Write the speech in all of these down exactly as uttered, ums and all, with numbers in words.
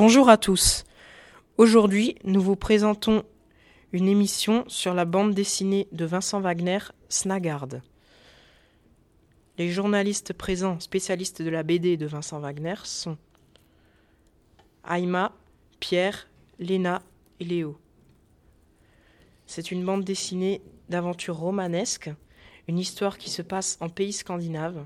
Bonjour à tous. Aujourd'hui, nous vous présentons une émission sur la bande dessinée de Vincent Wagner, Snagarde. Les journalistes présents, spécialistes de la B D de Vincent Wagner, sont Aïma, Pierre, Léna et Léo. C'est une bande dessinée d'aventure romanesque, une histoire qui se passe en pays scandinave.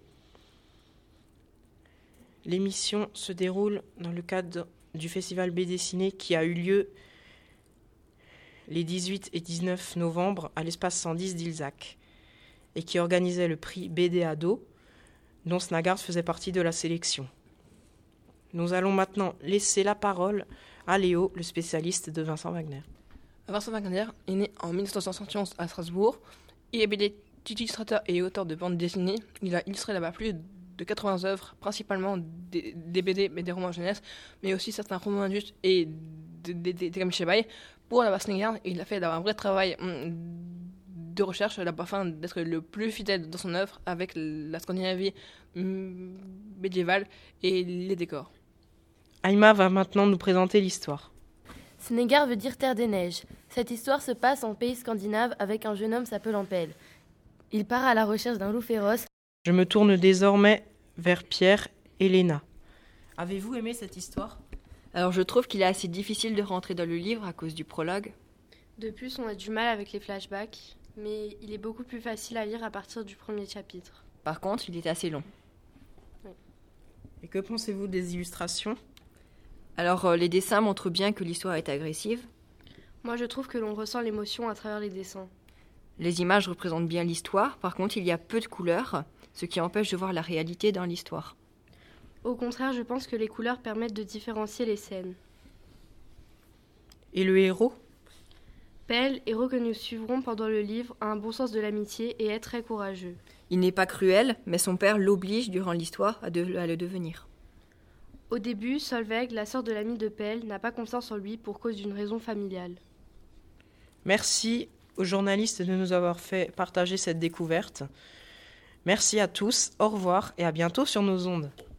L'émission se déroule dans le cadre du festival B D Ciné qui a eu lieu les dix-huit et dix-neuf novembre à l'espace cent dix d'Ilzac et qui organisait le prix B D Ado, dont Snagarde faisait partie de la sélection. Nous allons maintenant laisser la parole à Léo, le spécialiste de Vincent Wagner. Vincent Wagner est né en dix-neuf cent soixante et onze à Strasbourg. Il est B D illustrateur et auteur de bandes dessinées. Il a illustré là-bas plus de quatre-vingts œuvres, principalement des, des B D, mais des romans jeunesse, mais aussi certains romans adultes et des, des, des, des Kamishibai. Pour la Snagarde, il a fait un vrai travail de recherche afin d'être le plus fidèle dans son œuvre avec la Scandinavie médiévale et les décors. Aïma va maintenant nous présenter l'histoire. Snagarde veut dire terre des neiges. Cette histoire se passe en pays scandinave avec un jeune homme s'appelant Pelle. Il part à la recherche d'un loup féroce. Je me tourne désormais vers Pierre et Léna. Avez-vous aimé cette histoire ? Alors je trouve qu'il est assez difficile de rentrer dans le livre à cause du prologue. De plus, on a du mal avec les flashbacks, mais il est beaucoup plus facile à lire à partir du premier chapitre. Par contre, il est assez long. Oui. Et que pensez-vous des illustrations ? Alors euh, les dessins montrent bien que l'histoire est agressive. Moi, je trouve que l'on ressent l'émotion à travers les dessins. Les images représentent bien l'histoire, par contre il y a peu de couleurs, ce qui empêche de voir la réalité dans l'histoire. Au contraire, je pense que les couleurs permettent de différencier les scènes. Et le héros ? Pelle, héros que nous suivrons pendant le livre, a un bon sens de l'amitié et est très courageux. Il n'est pas cruel, mais son père l'oblige durant l'histoire à, de, à le devenir. Au début, Solveig, la sœur de l'ami de Pelle, n'a pas confiance en lui pour cause d'une raison familiale. Merci aux journalistes de nous avoir fait partager cette découverte. Merci à tous, au revoir et à bientôt sur nos ondes.